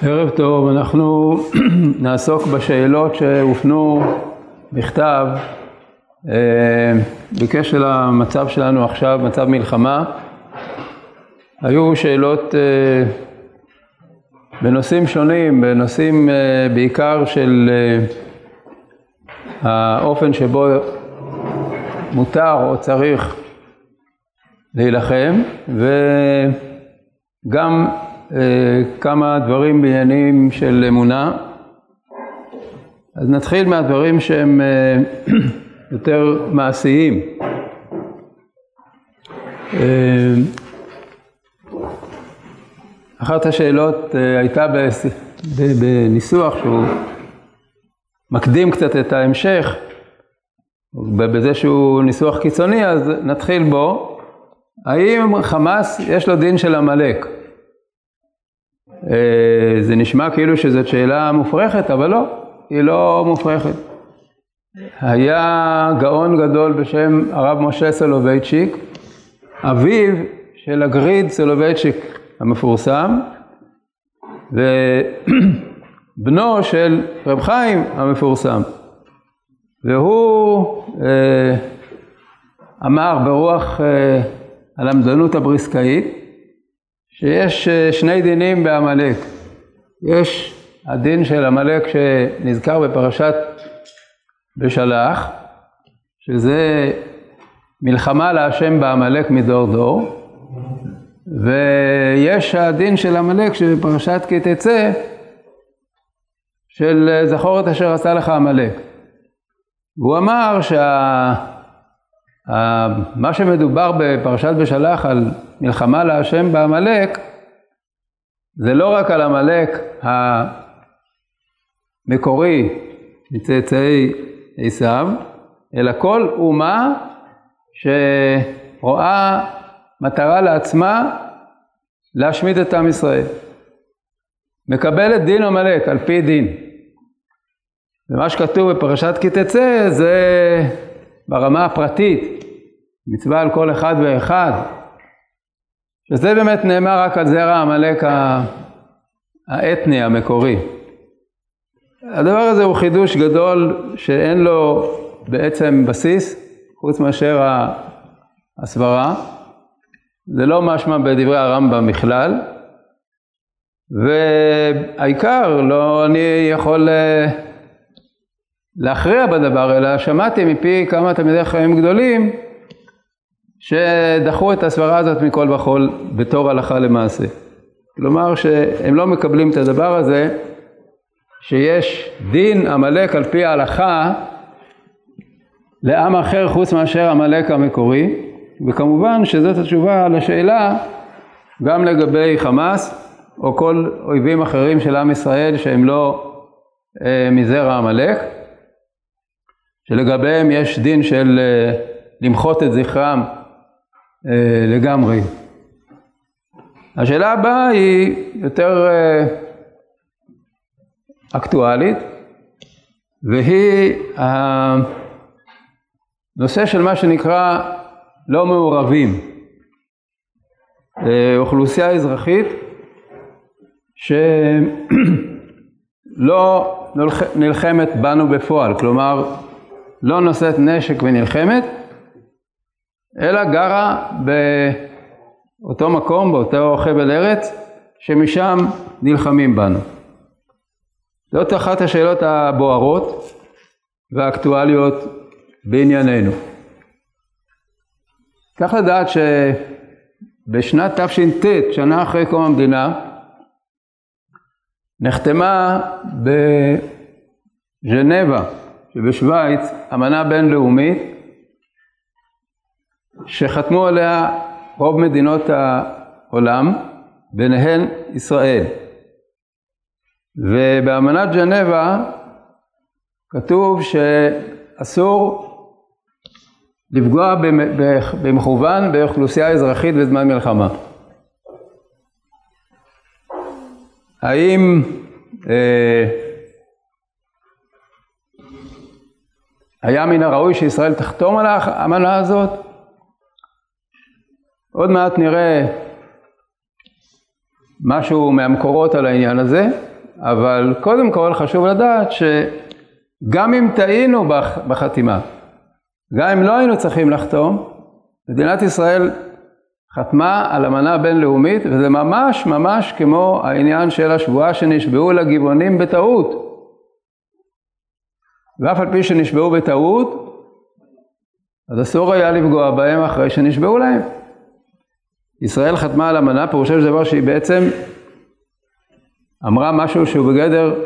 ערב טוב, אנחנו נעסוק בשאלות שהופנו בכתב בקשר למצב שלנו עכשיו, מצב מלחמה. היו שאלות בנושאים שונים, בנושאים בעיקר של האופן שבו מותר או צריך להילחם, וגם כמה דברים בעניינים של אמונה. אז נתחיל מהדברים שהם יותר מעשיים. אחת השאלות הייתה בניסוח שהוא מקדים קצת את ההמשך, בזה שהוא ניסוח קיצוני, אז נתחיל בו. האם חמאס יש לו דין של עמלק? זה נשמע כאילו שזאת שאלה מופרכת, אבל לא, היא לא מופרכת. היה גאון גדול בשם הרב משה סולובייצ'יק, אביו של הגריד סולובייצ'יק המפורסם, ובנו של רב חיים המפורסם. והוא אמר ברוח הלמדנות הבריסקאית, שיש שני דינים בעמלק. יש הדין של עמלק שנזכר בפרשת בשלח, שזה מלחמה להשם בעמלק מדור דור, ויש הדין של עמלק שבפרשת כי תצא, של זכור את אשר עשה לך עמלק. והוא אמר מה שמדובר בפרשת בשלח על מלחמה להשם בעמלק, זה לא רק על עמלק המקורי מצאצאי עשיו, אלא כל אומה שרואה מטרה לעצמה להשמיד את עם ישראל. מקבלת דין עמלק על פי דין. ומה שכתוב בפרשת כי תצא זה ברמה הפרטית, מצווה על כל אחד ואחד, שזה באמת נאמר רק על זרע עמלק האתני המקורי. הדבר הזה הוא חידוש גדול שאין לו בעצם בסיס, חוץ מאשר הסברה. זה לא משמע בדברי הרמב"ם בכלל, והעיקר לא אני יכול להכריע בדבר, אלא שמעתי מפי כמה תלמידי חכמים גדולים שדחו את הסברה הזאת מכל וכל בתור הלכה למעשה. כלומר שהם לא מקבלים את הדבר הזה, שיש דין עמלק על פי ההלכה לעם אחר חוץ מאשר עמלק המקורי, וכמובן שזאת התשובה לשאלה גם לגבי חמאס או כל אויבים אחרים של עם ישראל שהם לא מזרע עמלק, שלגביהם יש דין של למחות את זכרם לגמרי. השאלה הבאה היא יותר אקטואלית, והיא הנושא של מה שנקרא לא מעורבים. אוכלוסייה אזרחית שלא נלחמת בנו בפועל, כלומר לא נושאת נשק ונלחמת, אלא גרה באותו מקום, באותו חבל ארץ, שמשם נלחמים בנו. זאת אחת השאלות הבוערות והאקטואליות בענייננו. צריך לדעת שבשנת תש"ט, שנה אחרי קום המדינה, נחתמה בז'נבה שבשוויץ אמנה בינלאומית שחתמו עליה רוב מדינות העולם, ביניהן ישראל. ובאמנת ז'נבה כתוב שאסור לפגוע במכוון באוכלוסייה אזרחית בזמן מלחמה. האם היה מן הראוי שישראל תחתום על האמנה הזאת? עוד מעט נראה משהו מהמקורות על העניין הזה, אבל קודם כל חשוב לדעת שגם אם טעינו בחתימה, גם אם לא היינו צריכים לחתום, מדינת ישראל חתמה על אמנה בינלאומית, וזה ממש ממש כמו העניין של השבועה שנשבעו לגבעונים בטעות. ואף על פי שנשבעו בטעות, אז אסור היה לפגוע בהם אחרי שנשבעו להם. ישראל חתמה על אמנה, פירושו של דבר שהיא בעצם אמרה משהו שהוא בגדר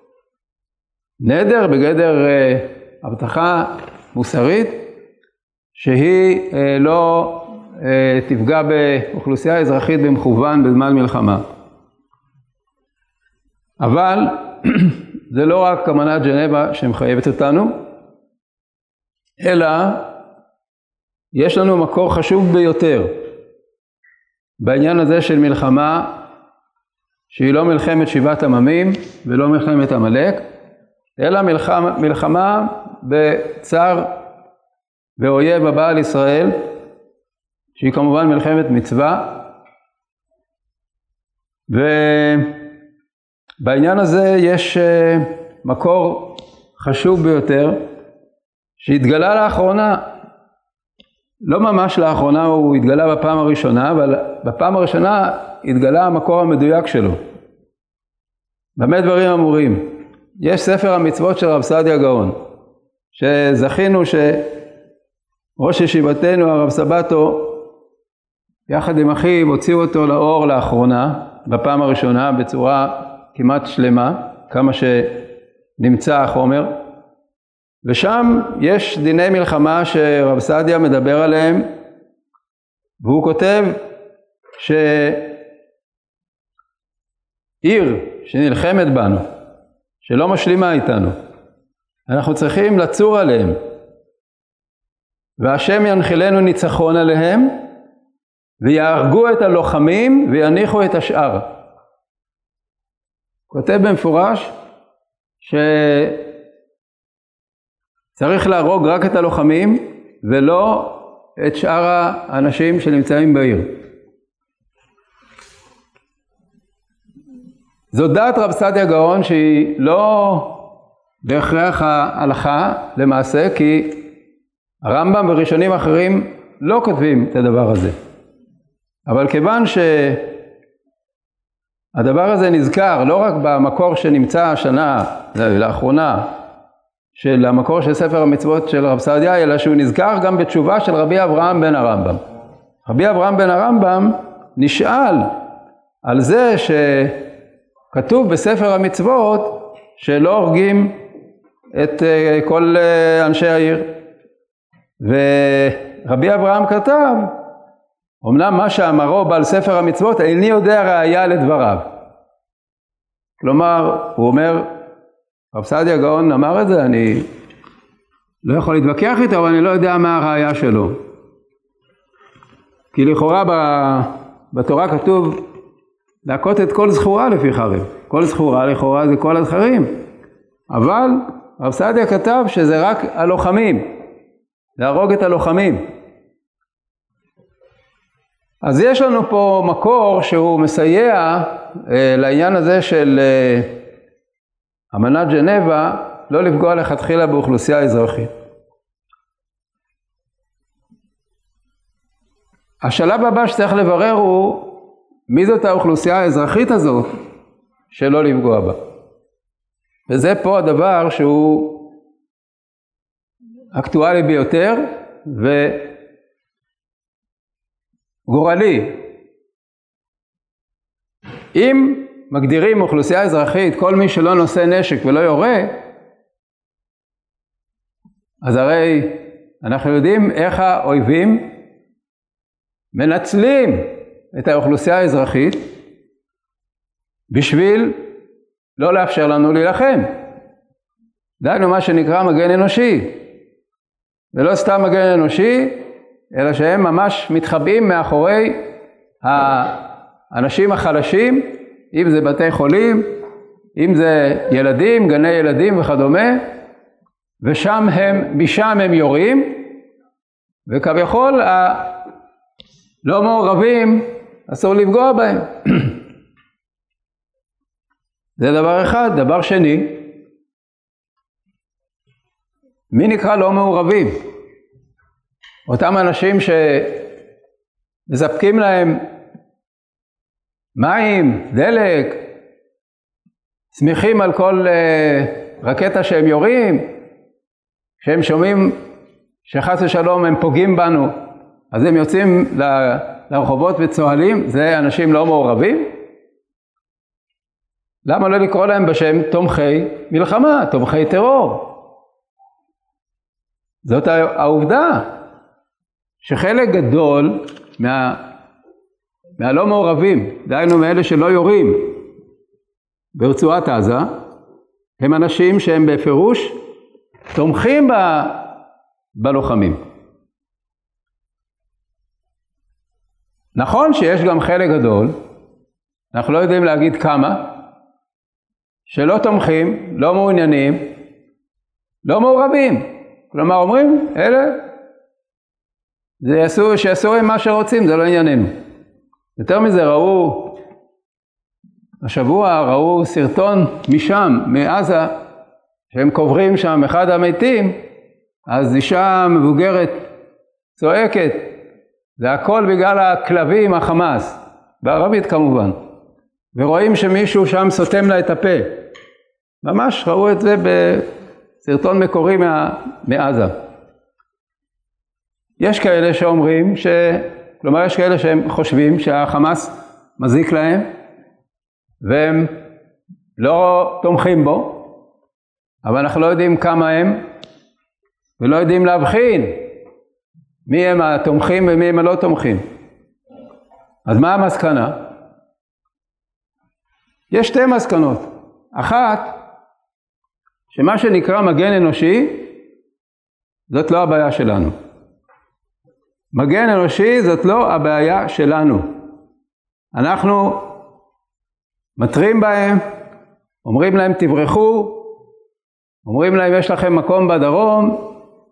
נדר, בגדר הבטחה מוסרית, שהיא לא תפגע באוכלוסייה אזרחית במכוון בזמן מלחמה. אבל זה לא רק אמנת ג'נבה שמחייבת אותנו, אלא יש לנו מקור חשוב ביותר בעניין הזה של מלחמה שהיא לא מלחמת שבעת עממים ולא מלחמת עמלק, אלא מלחמה בצר ואויב הבא על ישראל, שהיא כמובן מלחמת מצווה. ובעניין הזה יש מקור חשוב ביותר שהתגלה לאחרונה, לא ממש לאחרונה, הוא התגלה בפעם הראשונה, אבל בפעם הראשונה התגלה המקור המדויק שלו. במה דברים אמורים? יש ספר המצוות של רב סעדיה גאון, שזכינו שראש ישיבתנו הרב סבתו יחד עם אחיו הוציאו אותו לאור לאחרונה, בפעם הראשונה בצורה כמעט שלמה, כמה שנמצא החומר, ושם יש דיני מלחמה שרב סעדיה מדבר עליהם, והוא כותב שעיר שנלחמת בנו, שלא משלימה איתנו, אנחנו צריכים לצור עליהם, והשם ינחילנו ניצחון עליהם, ויהרגו את הלוחמים ויניחו את השאר. כותב במפורש שצריך להרוג רק את הלוחמים ולא את שאר האנשים שנמצאים בעיר. זו דעת רב סעדיה גאון שהיא לא בהכרח ההלכה למעשה, כי הרמב"ם וראשונים אחרים לא כותבים את הדבר הזה. אבל כיוון שהדבר הזה נזכר לא רק במקור שנמצא השנה, לאחרונה, של המקור של ספר המצוות של רב סעדיה, אלא שהוא נזכר גם בתשובה של רבי אברהם בן הרמב"ם. רבי אברהם בן הרמב"ם נשאל על זה שכתוב בספר המצוות שלא הורגים את כל אנשי העיר. ורבי אברהם כתב, אמנם מה שאמרו בעל ספר המצוות, איני יודע ראיה לדבריו. כלומר, הוא אומר, רב סעדיה גאון אמר את זה, אני לא יכול להתווכח איתו, אבל אני לא יודע מה הראיה שלו. כי לכאורה בתורה כתוב, להכות את כל זכורה לפי חרב. כל זכורה לכאורה זה כל הזכרים. אבל רב סעדיה כתב שזה רק הלוחמים, להרוג את הלוחמים. אז יש לנו פה מקור שהוא מסייע לעניין הזה של אמנת ג'נבה, לא לפגוע לכתחילה באוכלוסייה האזרחית. השלב הבא שצריך לברר הוא מי זאת האוכלוסייה האזרחית הזאת שלא לפגוע בה. וזה פה הדבר שהוא אקטואלי ביותר וגורלי. אם מגדירים אוכלוסייה אזרחית כל מי שלא נושא נשק ולא יורה, אז הרי אנחנו יודעים איך האויבים מנצלים את האוכלוסייה האזרחית בשביל לא לאפשר לנו להילחם. דהיינו מה שנקרא מגן אנושי. ולא סתם מגן אנושי, אלא שהם ממש מתחבאים מאחורי האנשים החלשים, אם זה בתי חולים, אם זה ילדים, גני ילדים וכדומה, ושם משם הם יורים, וכביכול לא מעורבים, אסור לפגוע בהם. זה דבר אחד. דבר שני, מי נקרא לא מעורבים? אותם אנשים שמספקים להם מים, דלק, שמחים על כל רקטה שהם יורים, שהם שומעים שחס ושלום הם פוגעים בנו, אז הם יוצאים לרחובות וצוהלים. זה אנשים לא מעורבים? למה לא לקרוא להם בשם תומכי מלחמה, תומכי טרור? זאת העובדה שחלק גדול מהלא מעורבים, דהיינו מאלה שלא יורים ברצועת עזה, הם אנשים שהם בפירוש תומכים בלוחמים. נכון שיש גם חלק גדול, אנחנו לא יודעים להגיד כמה, שלא תומכים, לא מעוניינים, לא מעורבים. כלומר אומרים, אלה, שיעשו עם מה שרוצים, זה לא ענייננו. יותר מזה, השבוע ראו סרטון משם, מעזה, שהם קוברים שם אחד המתים, אז אישה מבוגרת צועקת, זה הכל בגלל הכלבים, החמאס, בערבית כמובן, ורואים שמישהו שם סותם לה את הפה. ממש ראו את זה בסרטון מקורי מעזה. יש כאלה שאומרים, כלומר יש כאלה שהם חושבים שהחמאס מזיק להם, והם לא תומכים בו, אבל אנחנו לא יודעים כמה הם, ולא יודעים להבחין מי הם התומכים ומי הם הלא תומכים. אז מה המסקנה? יש שתי מסקנות. אחת, שמה שנקרא מגן אנושי, זאת לא הבעיה שלנו. מגן אנושי זאת לא הבעיה שלנו. אנחנו מטרים בהם, אומרים להם תברחו, אומרים להם יש לכם מקום בדרום,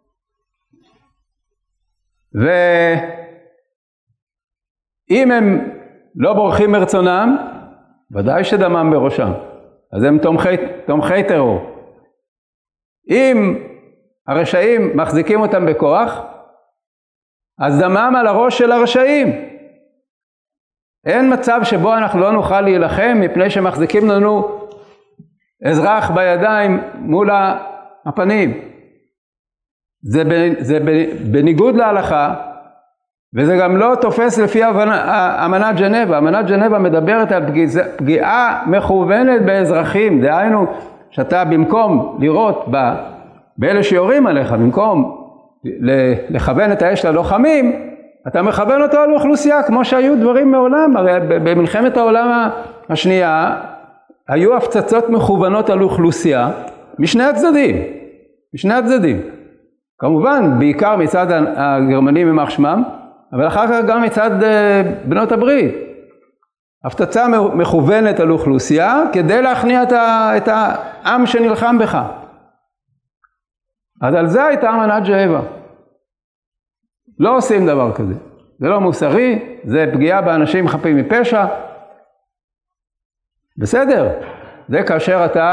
ואם הם לא בורחים מרצונם, ודאי שדמם בראשם, אז הם תומכי טרור. אם הרשעים מחזיקים אותם בכוח, אז דמם על הראש של הרשעים. אין מצב שבו אנחנו לא נוכל להילחם מפני שמחזיקים לנו אזרח בידיים מול הפנים. זה בניגוד להלכה, וזה גם לא תופס לפי אמנת ג'נבה. אמנת ג'נבה מדברת על פגיעה מכוונת באזרחים, דהיינו שאתה במקום לראות באלה שיורים עליך, במקום לכוון את האש ללוחמים, אתה מכוון אותו על אוכלוסייה, כמו שהיו דברים מעולם. הרי במלחמת העולם השנייה היו הפצצות מכוונות על אוכלוסייה משני הצדדים. כמובן, בעיקר מצד הגרמנים יימח שמם, אבל אחר כך גם מצד בנות הברית. הפצצה מכוונת על אוכלוסייה כדי להכניע את העם שנלחם בך. אז על זה הייתה אמנת ג'נבה. לא עושים דבר כזה. זה לא מוסרי, זה פגיעה באנשים חפים מפשע. בסדר, זה כאשר אתה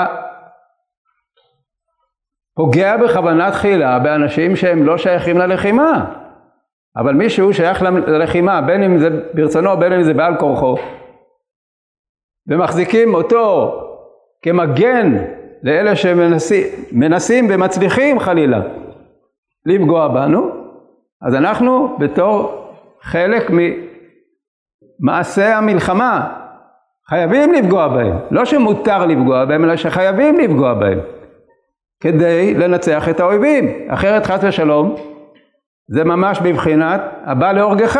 פוגע בכוונת תחילה באנשים שהם לא שייכים ללחימה. אבל מישהו שייך ללחימה, בין אם זה ברצונו, בין אם זה בעל כורחו, ומחזיקים אותו כמגן לאלה שמנסים ומצליחים חלילה לפגוע בנו, אז אנחנו בתור חלק ממעשה המלחמה חייבים לפגוע בהם. לא שמותר לפגוע בהם, אלא שחייבים לפגוע בהם כדי לנצח את האויבים. אחרת חס ושלום זה ממש בבחינת הבא להורגך.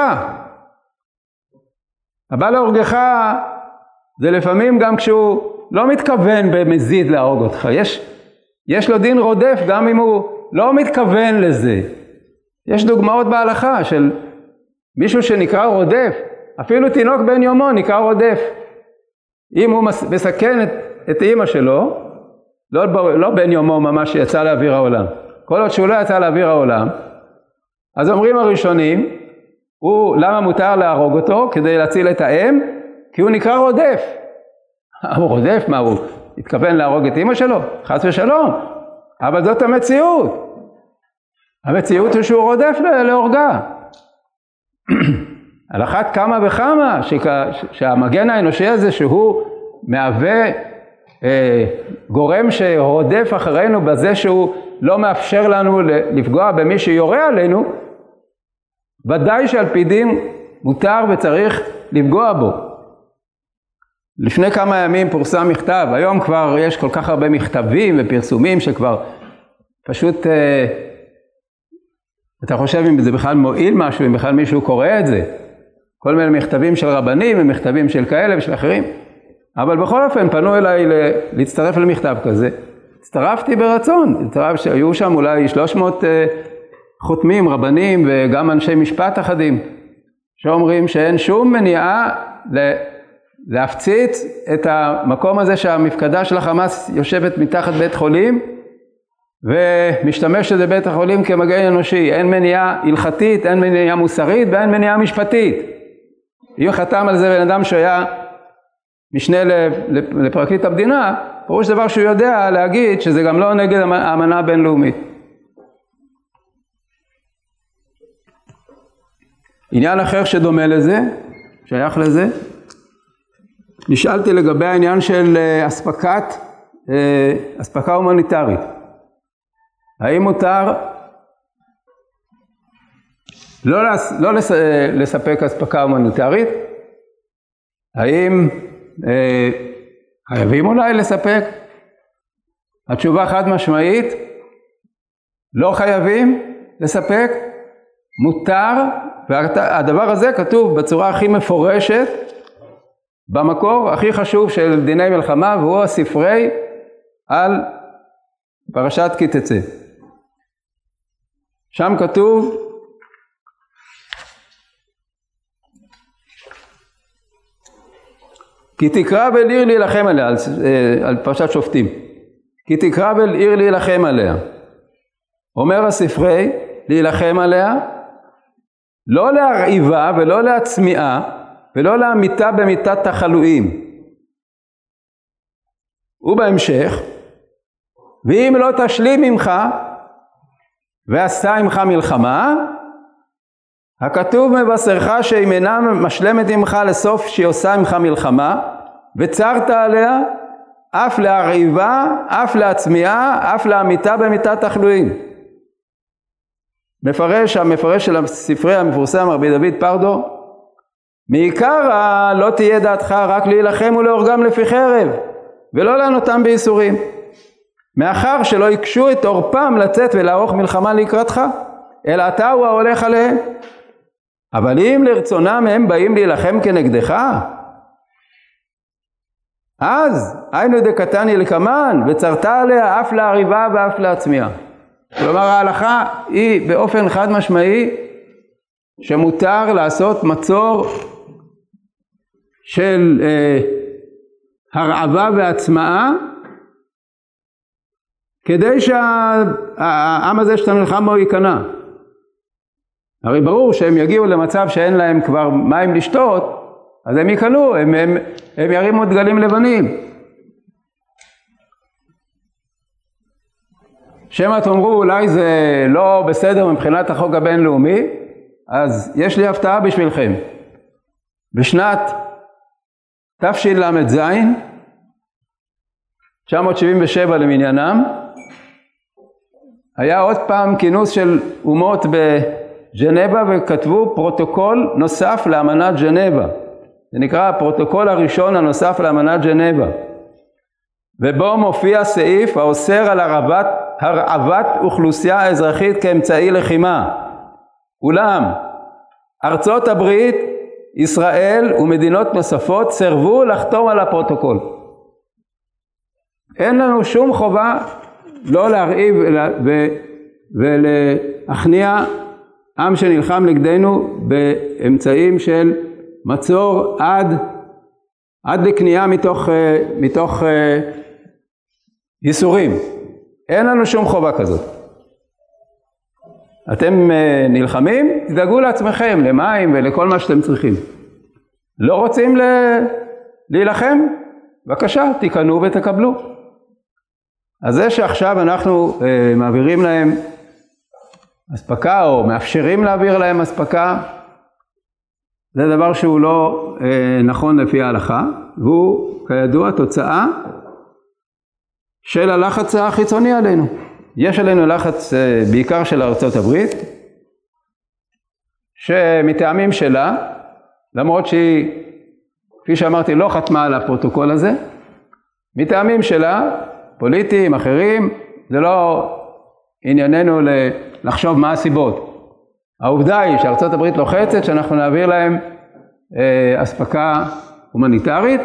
הבא להורגך זה לפעמים גם כשהוא לא מתכוון במזיד להרוג אותך. יש לו דין רודף גם אם הוא לא מתכוון לזה. יש דוגמאות בהלכה של מישהו שנקרא רודף, אפילו תינוק בן יומו נקרא רודף. אם הוא מסכן את אמא שלו, לא בן יומו ממש שיצא לאוויר העולם, כל עוד שהוא לא יצא לאוויר העולם, אז אומרים הראשונים, למה מותר להרוג אותו? כדי להציל את האם, כי הוא נקרא רודף. הוא רודף, מה הוא? התכוון להרוג את אמא שלו? חס ושלום. אבל זאת המציאות. המציאות היא שהוא רודף להורגה. על אחת כמה וכמה שהמגן האנושי הזה שהוא מהווה גורם שרודף אחרינו בזה שהוא לא מאפשר לנו לפגוע במי שיורה עלינו, ודאי שעל פי דין מותר וצריך לפגוע בו. לפני כמה ימים פורסם מכתב, היום כבר יש כל כך הרבה מכתבים ופרסומים שכבר פשוט אתה חושב אם זה בכלל מועיל משהו, אם בכלל מישהו קורא את זה. כל מיני מכתבים של רבנים ומכתבים של כאלה ושל אחרים. אבל בכל אופן פנו אליי להצטרף למכתב כזה. הצטרפתי ברצון. היו שם אולי 300 חותמים, רבנים וגם אנשי משפט אחדים, שאומרים שאין שום מניעה להפציץ את המקום הזה שהמפקדה של החמאס יושבת מתחת בית חולים, ומשתמש לזה בית החולים כמגן אנושי. אין מניעה הלכתית, אין מניעה מוסרית ואין מניעה משפטית. אם חתם על זה בן אדם שהיה משנה לפרקליט המדינה, פירוש דבר שהוא יודע להגיד שזה גם לא נגד האמנה הבינלאומית. עניין אחר שדומה לזה, שייך לזה, נשאלתי לגבי העניין של אספקה הומניטרית. האם מותר לא לספק אספקה הומניטרית? האם חייבים אולי לספק? התשובה חד משמעית, לא חייבים לספק, מותר, והדבר הזה כתוב בצורה הכי מפורשת, במקור הכי חשוב של דיני מלחמה, והוא הספרי על פרשת כי תצא. שם כתוב, כי תקרב אל עיר להילחם עליה, על פרשת שופטים. כי תקרב אל עיר להילחם עליה. אומר הספרי, להילחם עליה, לא להרעיבה ולא להצמיעה, ולא להמיתה במיתת תחלואים. ובהמשך, ואם לא תשלים ממך, ועשה עמך מלחמה, הכתוב מבשרך שאם אינה משלמת עמך לסוף שהיא עושה עמך מלחמה, וצרת עליה, אף להרעיבה, אף להצמיעה, אף להמיתה במיתת תחלואים. המפרש של הספרי המפורסם רבי דוד פרדו, מעיקר לא תהיה דעתך רק להילחם ולהורגם לפי חרב, ולא לענותם בייסורים, מאחר שלא יקשו את עורפם לצאת ולערוך מלחמה לקראתך, אלא אתה הוא ההולך עליהם. אבל אם לרצונם הם באים להילחם כנגדך, אז היינו דקתני לקמן, וצרת עליה אף להריבה ואף להצמיע. כלומר ההלכה היא באופן חד משמעי שמותר לעשות מצור של הרעבה והצמאה, כדי שהעם הזה שאתה נלחם בו ייכנע. הרי ברור שהם יגיעו למצב שאין להם כבר מים לשתות, אז הם ייכנעו, הם ירימו דגלים לבנים. שמא תאמרו אולי זה לא בסדר מבחינת החוק הבינלאומי, אז יש לי הפתעה בשבילכם. בשנת תשל"ז, 977 למניינם, היה עוד פעם כינוס של אומות בג'נבה, וכתבו פרוטוקול נוסף לאמנת ג'נבה. זה נקרא הפרוטוקול הראשון הנוסף לאמנת ג'נבה. ובו מופיע סעיף האוסר על הרעבת אוכלוסייה אזרחית כאמצעי לחימה. אולם ארצות הברית, ישראל ומדינות נוספות סירבו לחתום על הפרוטוקול. אין לנו שום חובה לא להרעיב ולהכניע עם שנלחם נגדנו באמצעים של מצור עד לקנייה מתוך ייסורים. אין לנו שום חובה כזאת. אתם נלחמים, תדאגו לעצמכם, למים ולכל מה שאתם צריכים. לא רוצים להילחם? בבקשה, תיכנו ותקבלו. אז זה שעכשיו אנחנו מעבירים להם אספקה, או מאפשרים להעביר להם אספקה, זה דבר שהוא לא נכון לפי ההלכה, והוא כידוע תוצאה של הלחץ החיצוני עלינו. יש עלינו לחץ בעיקר של ארצות הברית, שמטעמים שלה, למרות שהיא, כפי שאמרתי, לא חתמה על הפרוטוקול הזה, מטעמים שלה, פוליטיים, אחרים, זה לא ענייננו לחשוב מה הסיבות. העובדה היא שארצות הברית לוחצת שאנחנו נעביר להם אספקה הומניטרית,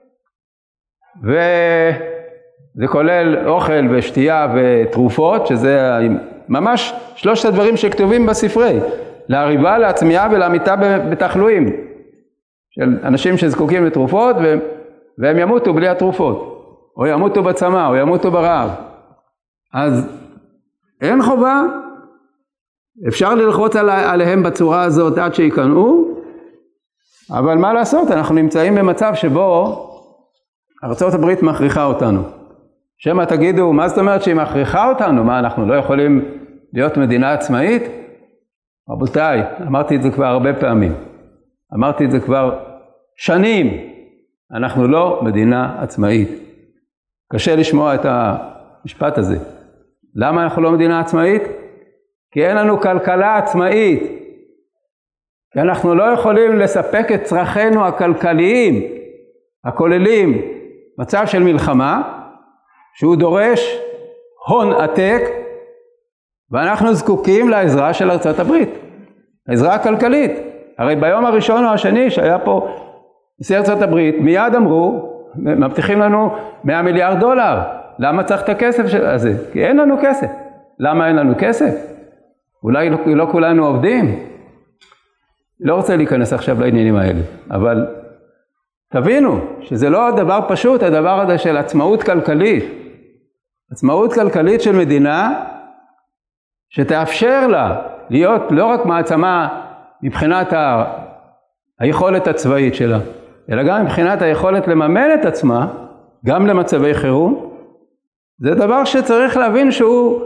וזה כולל אוכל ושתייה ותרופות, שזה ממש שלושת הדברים שכתובים בספרי, להריבה, להצמיעה ולעמיתה בתחלואים, של אנשים שזקוקים לתרופות והם ימותו בלי התרופות, או ימותו בצמא, או ימותו ברעב. אז אין חובה, אפשר ללחוץ עליהם בצורה הזאת עד שיקנאו, אבל מה לעשות, אנחנו נמצאים במצב שבו ארצות הברית מכריחה אותנו. שמה תגידו, מה זאת אומרת שהיא מכריחה אותנו? מה, אנחנו לא יכולים להיות מדינה עצמאית? רבותיי, אמרתי את זה כבר הרבה פעמים. אמרתי את זה כבר שנים. אנחנו לא מדינה עצמאית. קשה לשמוע את המשפט הזה. למה אנחנו לא מדינה עצמאית? כי אין לנו כלכלה עצמאית. כי אנחנו לא יכולים לספק את צרכינו הכלכליים, הכוללים מצב של מלחמה, שהוא דורש הון עתק, ואנחנו זקוקים לעזרה של ארצות הברית, העזרה הכלכלית. הרי ביום הראשון או השני שהיה פה נשיא ארצות הברית, מיד אמרו, מבטיחים לנו $100 מיליארד. למה צריך את הכסף הזה? כי אין לנו כסף. למה אין לנו כסף? אולי לא כולנו עובדים? לא רוצה להיכנס עכשיו לעניינים האלה, אבל תבינו שזה לא דבר פשוט, הדבר הזה של עצמאות כלכלית. עצמאות כלכלית של מדינה שתאפשר לה להיות לא רק מעצמה מבחינת היכולת הצבאית שלה, אלא גם מבחינת היכולת לממן את עצמה, גם למצבי חירום. זה דבר שצריך להבין שהוא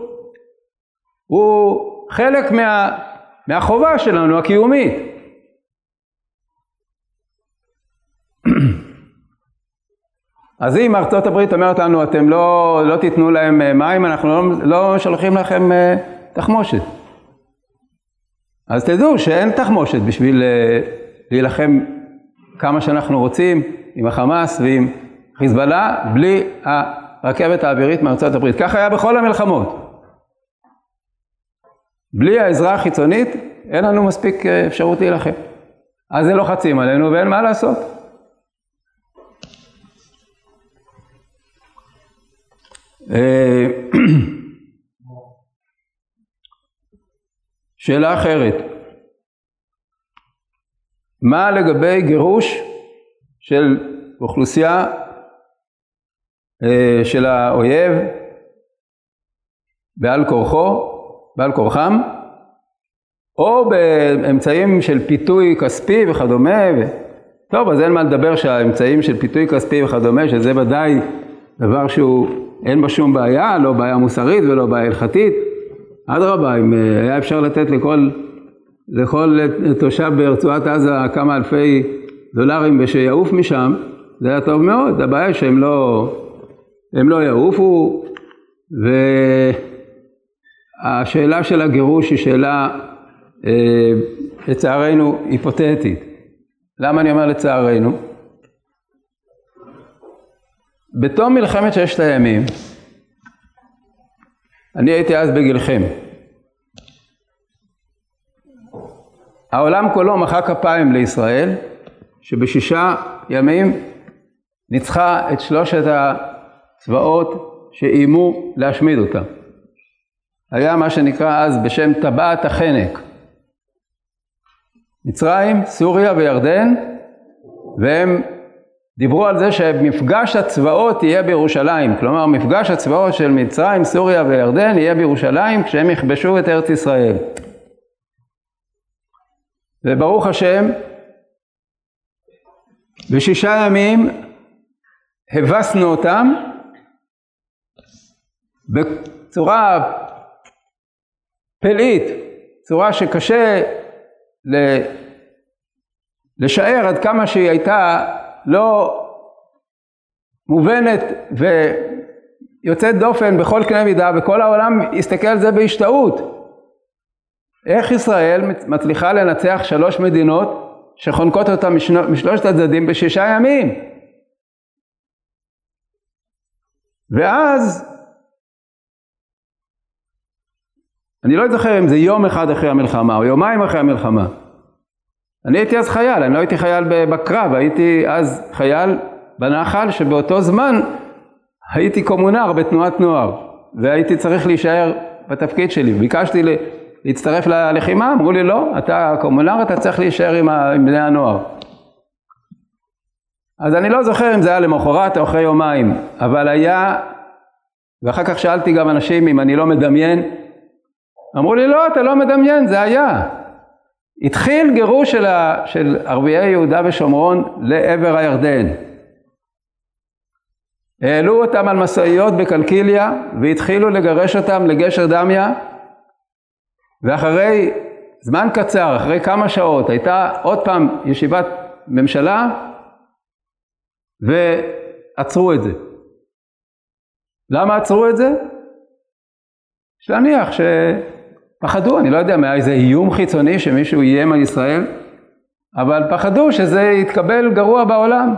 חלק מהחובה שלנו הקיומית. אז אם ארצות הברית אומרת לנו, אתם לא תיתנו להם מים, אנחנו לא שולחים לכם תחמושת. אז תדעו שאין תחמושת בשביל להילחם כמה שאנחנו רוצים עם החמאס ועם חיזבאללה, בלי הרכבת האווירית מארצות הברית. כך היה בכל המלחמות. בלי העזרה החיצונית אין לנו מספיק אפשרות להילחם. אז זה לוחצים עלינו ואין מה לעשות. שאלה אחרת, מה לגבי גירוש של אוכלוסייה של האויב בעל כורחם, או באמצעים של פיתוי כספי וכדומה? טוב, אז אין מה לדבר שהאמצעים של פיתוי כספי וכדומה, שזה ודאי דבר שהוא אין בו שום בעיה, לא בעיה מוסרית ולא בעיה הלכתית. אדרבה, אם היה אפשר לתת לכל תושב ברצועת עזה כמה אלפי דולרים ושיעוף משם, זה היה טוב מאוד. הבעיה שהם לא יעופו, והשאלה של הגירוש היא שאלה לצערנו היפותטית. למה אני אומר לצערנו? בתום מלחמת ששת הימים, אני הייתי אז בגילכם. העולם כולו מחא כפיים לישראל, שב6 ימים ניצחה את 3 הצבאות שאיימו להשמיד אותה. היה מה שנקרא אז בשם טבעת החנק. מצרים, סוריה וירדן, והם דיברו על זה שמפגש הצבאות יהיה בירושלים. כלומר, מפגש הצבאות של מצרים, סוריה וירדן יהיה בירושלים כשהם יכבשו את ארץ ישראל. וברוך השם, ב6 ימים הבסנו אותם בצורה פלאית, צורה שקשה לשער עד כמה שהיא הייתה לא מובנת ויוצאת דופן בכל קנה מידה, וכל העולם הסתכל על זה בהשתאות. איך ישראל מצליחה לנצח 3 מדינות שחונקות אותה משלושת הצדדים ב6 ימים? ואז אני לא זוכר אם זה יום אחד אחרי המלחמה או יומיים אחרי המלחמה. אני הייתי אז חייל, אני לא הייתי חייל בקרב, הייתי אז חייל בנחל, שבאותו זמן הייתי קומונר בתנועת נוער, והייתי צריך להישאר בתפקיד שלי. ביקשתי להצטרף ללחימה, אמרו לי לא, אתה קומונר, אתה צריך להישאר עם בני הנוער. אז אני לא זוכר אם זה היה למחרת או אחרי יומיים, אבל היה, ואחר כך שאלתי גם אנשים אם אני לא מדמיין, אמרו לי לא, אתה לא מדמיין, זה היה. התחיל גירוש של ערביי יהודה ושומרון לעבר הירדן. העלו אותם על משאיות בקלקיליה והתחילו לגרש אותם לגשר דמיה, ואחרי זמן קצר, אחרי כמה שעות, הייתה עוד פעם ישיבת ממשלה ועצרו את זה. למה עצרו את זה? יש להניח שפחדו, אני לא יודע מה, איזה איום חיצוני שמישהו איים על ישראל, אבל פחדו שזה יתקבל גרוע בעולם.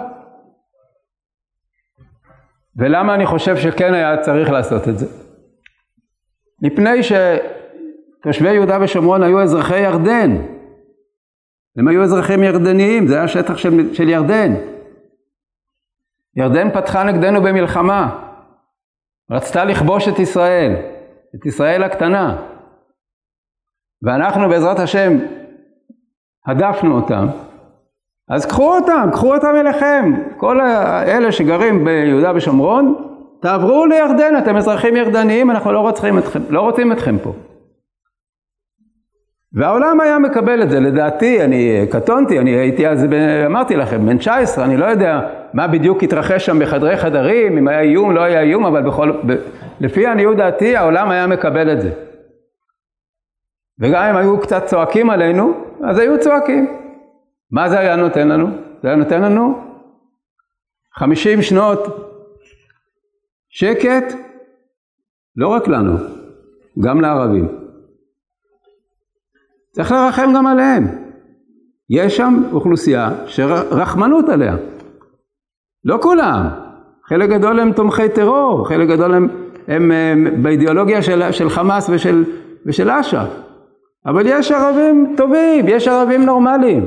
ולמה אני חושב שכן היה צריך לעשות את זה? מפני שתושבי יהודה ושומרון היו אזרחי ירדן. הם היו אזרחים ירדניים, זה היה שטח של ירדן. ירדן פתחה נגדנו במלחמה. רצתה לכבוש את ישראל הקטנה. ואנחנו בעזרת השם הדפנו אותם. אז קחו אותם אליכם. כל אלה שגרים ביהודה ושומרון, תעברו לירדן, אתם אזרחים ירדניים, אנחנו לא רוצים אתכם פה. והעולם היה מקבל את זה. לדעתי, אני קטונתי, אני הייתי אז, אמרתי לכם, בן 19, אני לא יודע מה בדיוק התרחש שם בחדרי חדרים, אם היה איום, לא היה איום, אבל לפי עניות דעתי, העולם היה מקבל את זה. וגם אם היו קצת צועקים עלינו, אז היו צועקים. מה זה היה נותן לנו? זה היה נותן לנו 50 שנות שקט, לא רק לנו, גם לערבים. צריך לרחם גם עליהם. יש שם אוכלוסייה שרחמנות עליה. לא כולם. חלק גדול הם תומכי טרור, חלק גדול הם באידיאולוגיה של חמאס ושל אש"ף. אבל יש ערבים טובים, יש ערבים נורמליים.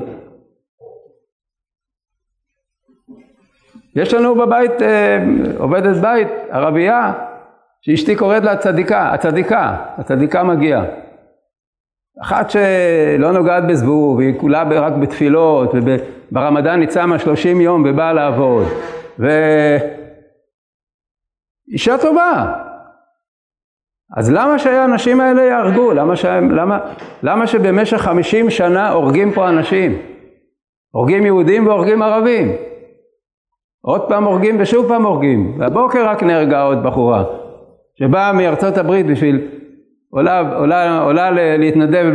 יש לנו בבית, עובדת בית, ערבייה, שאשתי קוראת לה הצדיקה מגיעה. אחת שלא נוגעת בזבוב, והיא כולה רק בתפילות, וברמדאן ניצמה 30 יום ובאה לעבוד. ואישה טובה. אז למה שהאנשים האלה יהרגו? למה שבמשך 50 שנה הורגים פה אנשים? הורגים יהודים והורגים ערבים. עוד פעם הורגים ושוב פעם הורגים. והבוקר רק נהרגה עוד בחורה, שבאה מארצות הברית עולה להתנדב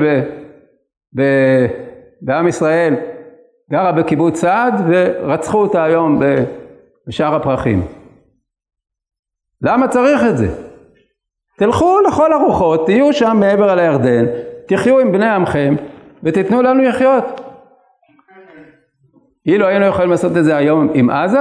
בעם ישראל, גרה בקיבוץ סעד, ורצחו אותה היום בשער הפרחים. למה צריך את זה? תלכו לכל הרוחות, תהיו שם מעבר על הירדן, תחיו עם בני עמכם, ותתנו לנו לחיות. אילו היינו יכולים לעשות את זה היום עם עזה?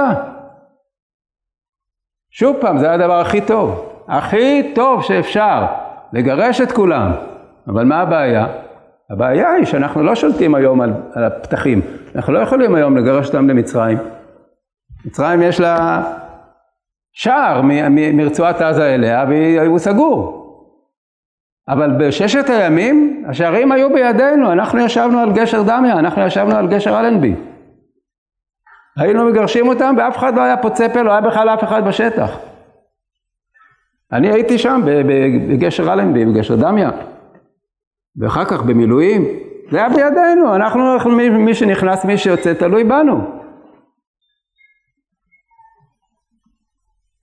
שוב פעם, זה הדבר הכי טוב שאפשר, לגרש את כולם. אבל מה הבעיה? הבעיה היא שאנחנו לא שולטים היום על הפתחים. אנחנו לא יכולים היום לגרש אותם למצרים. מצרים יש לה שער מרצועת עזה אליה, והוא סגור. אבל בששת הימים, השערים היו בידינו. אנחנו ישבנו על גשר דמיה, אנחנו ישבנו על גשר אלנבי. היינו מגרשים אותם, ואף אחד לא היה פוצה פה, לא היה בכלל אף אחד בשטח. אני הייתי שם בגשר אלנבי, בגשר דמיה, ואחר כך במילואים. זה היה בידינו, אנחנו מי שנכנס, מי שיוצא, תלוי בנו.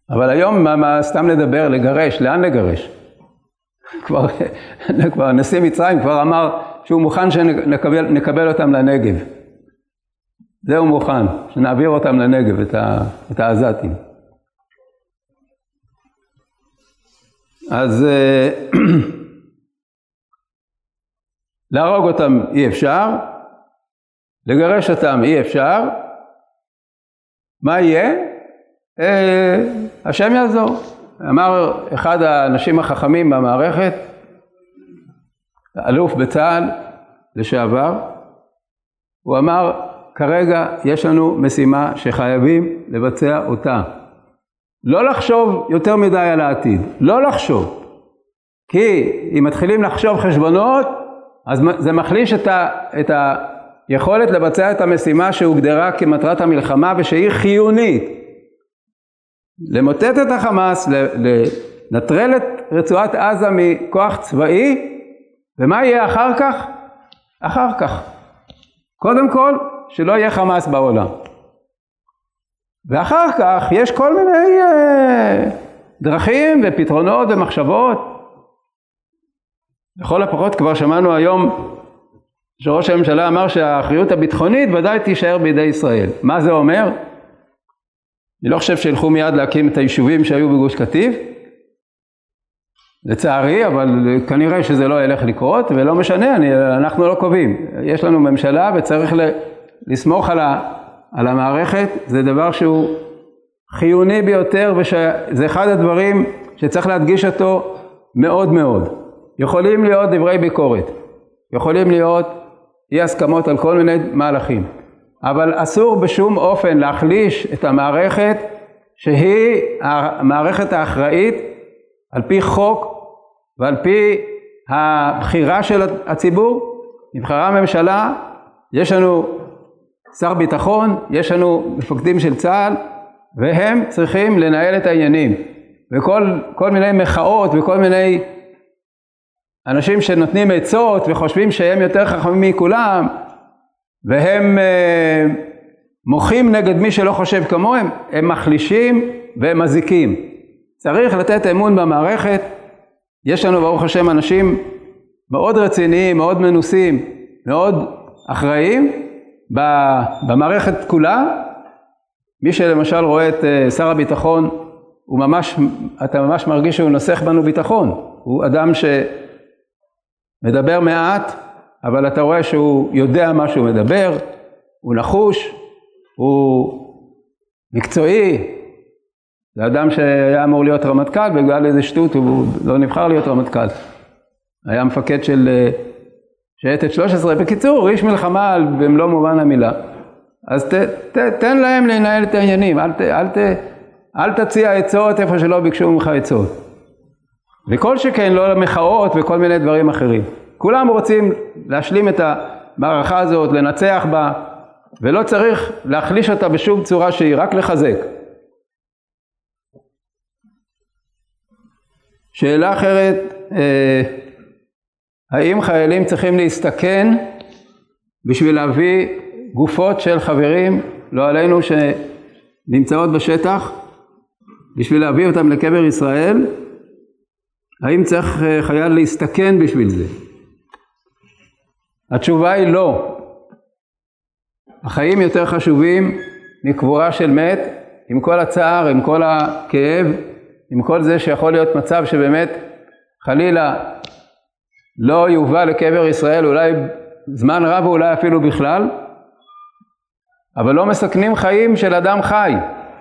אבל היום מה סתם לדבר, לגרש, לאן לגרש? כבר נשיא מצרים כבר אמר שהוא מוכן שנקבל אותם לנגב. זהו מוכן, שנעביר אותם לנגב, את העזתים. אז להרוג אותם אי אפשר, לגרש אותם אי אפשר. מה יהיה? השם יעזור. אמר אחד האנשים החכמים במערכת, אלוף בצה"ל לשעבר, הוא אמר, כרגע יש לנו משימה שחייבים לבצע אותה. לא לחשוב יותר מדי על העתיד, לא לחשוב. כי אם מתחילים לחשוב חשבונות, אז זה מחליש את היכולת לבצע את המשימה שהוגדרה כמטרת המלחמה ושהיא חיונית. למוטט את החמאס, לנטרל את רצועת עזה מכוח צבאי, ומה יהיה אחר כך? אחר כך. קודם כל, שלא יהיה חמאס בעולם. ואחר כך יש כל מיני דרכים ופתרונות ומחשבות. לכל הפחות כבר שמענו היום שראש הממשלה אמר שהאחריות הביטחונית ודאי תישאר בידי ישראל. מה זה אומר? אני לא חושב שילכו מיד להקים את היישובים שהיו בגוש קטיף. לצערי, אבל כנראה שזה לא ילך לקרות, ולא משנה, אנחנו לא קובעים. יש לנו ממשלה וצריך לסמוך על המערכת, זה דבר שהוא חיוני ביותר, וזה אחד הדברים שצריך להדגיש אותו מאוד מאוד. יכולים להיות דברי ביקורת, יכולים להיות אי הסכמות על כל מיני מהלכים, אבל אסור בשום אופן להחליש את המערכת, שהיא המערכת האחראית על פי חוק ועל פי הבחירה של הציבור. נבחרה ממשלה, יש לנו שר ביטחון, יש לנו מפקדים של צה"ל, והם צריכים לנהל את העניינים. וכל מיני מחאות וכל מיני אנשים שנותנים עצות וחושבים שהם יותר חכמים מכולם, והם מוחים נגד מי שלא חושב כמוהם, הם מחלישים והם מזיקים. צריך לתת אמון במערכת. יש לנו ברוך השם אנשים מאוד רציניים, מאוד מנוסים, מאוד אחראיים במערכת כולה. מי שלמשל רואה את שר הביטחון, אתה ממש מרגיש שהוא נוסח בנו ביטחון. הוא אדם שמדבר מעט, אבל אתה רואה שהוא יודע מה שהוא מדבר, הוא נחוש, הוא מקצועי. זה אדם שהיה אמור להיות רמטכ"ל, בגלל איזה שטות הוא לא נבחר להיות רמטכ"ל. היה מפקד של שייטת 13, בקיצור, איש מלחמה במלוא מובן המילה. אז תן להם לנהל את העניינים, אל תציע עצות איפה שלא ביקשו ממך עצות. וכל שכן לא למחאות וכל מיני דברים אחרים. כולם רוצים להשלים את המערכה הזאת, לנצח בה, ולא צריך להחליש אותה בשום צורה שהיא, רק לחזק. שאלה אחרת, האם חיילים צריכים להסתכן בשביל להביא גופות של חברים, לא עלינו, שנמצאות בשטח, בשביל להביא אותם לקבר ישראל? האם צריך חייל להסתכן בשביל זה? התשובה היא לא. החיים יותר חשובים מקבורה של מת, עם כל הצער, עם כל הכאב, עם כל זה שיכול להיות מצב שבאמת חלילה לא יובא לקבר ישראל, אולי זמן רב ואולי אפילו בכלל, אבל לא מסכנים חיים של אדם חי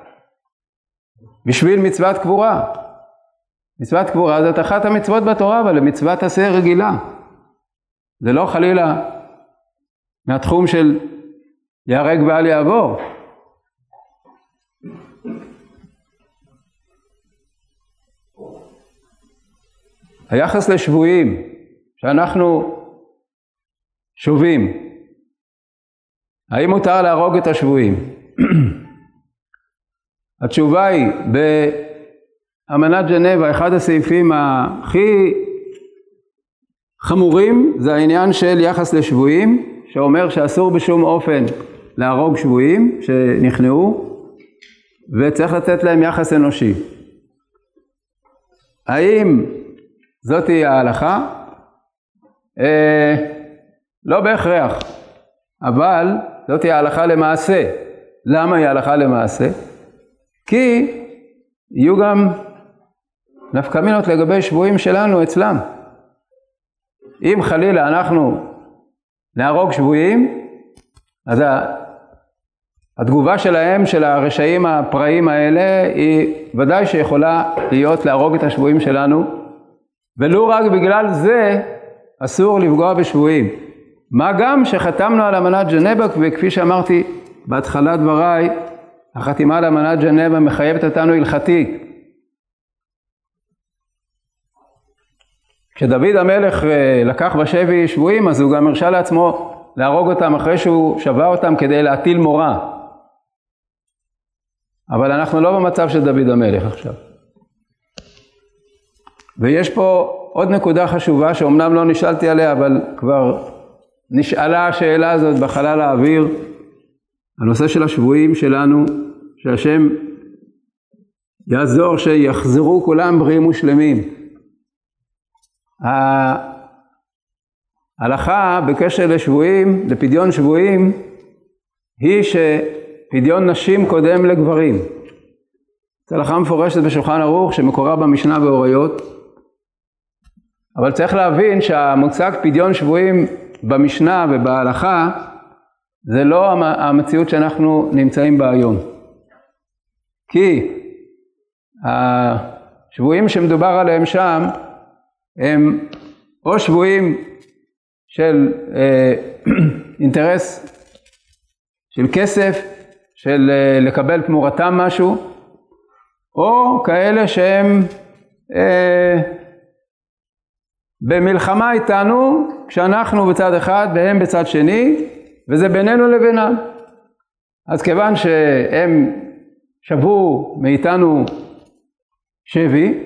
בשביל מצוות קבורה. מצוות קבורה זאת אחת המצוות בתורה, אבל מצוות עשה רגילה. זה לא חלילה מהתחום של יהרג ואל יעבור. היחס לשבויים, שאנחנו שובים, האם מותר להרוג את השבויים? התשובה היא, באמנת ג'נבה, אחד הסעיפים הכי חמורים, זה העניין של יחס לשבויים, שאומר שאסור בשום אופן להרוג שבויים שנכנעו, וצריך לתת להם יחס אנושי. האם זאת היא ההלכה? לא בהכרח, אבל זאת היא ההלכה למעשה. למה היא ההלכה למעשה? כי יהיו גם נפקא מינות לגבי שבויים שלנו אצלם. אם חלילה אנחנו נהרוג שבויים, אז התגובה שלהם, של הרשעים הפראים האלה, היא ודאי שיכולה להיות להרוג את השבויים שלנו, ולא רק בגלל זה אסור לפגוע בשבויים. מה גם שחתמנו על אמנת ז'נבה, וכפי שאמרתי בהתחלת דבריי, החתימה על אמנת ז'נבה מחייבת אותנו הלכתית. כשדוד המלך לקח בשבי שבויים, אז הוא גם הרשה לעצמו להרוג אותם אחרי שהוא שבה אותם כדי להטיל מורא. אבל אנחנו לא במצב של דוד המלך עכשיו. ויש פה עוד נקודה חשובה שאומנם לא נשאלתי עליה, אבל כבר נשאלה השאלה הזאת בחלל האוויר, הנושא של השבויים שלנו, שהשם יעזור שיחזרו כולם בריאים ושלמים. ההלכה בקשר לשבויים, לפדיון שבויים, היא שפדיון נשים קודם לגברים. זו הלכה מפורשת בשולחן ערוך שמקורה במשנה באוריות. אבל צריך להבין שהמושג פדיון שבויים במשנה ובהלכה, זה לא המציאות שאנחנו נמצאים בה היום. כי השבויים שמדובר עליהם שם, הם או שבויים של אינטרס של כסף, של לקבל תמורתם משהו, או כאלה שהם במלחמה איתנו, כשאנחנו בצד אחד והם בצד שני, וזה בינינו לבינם. אז כיוון שהם שבו מאיתנו שבי,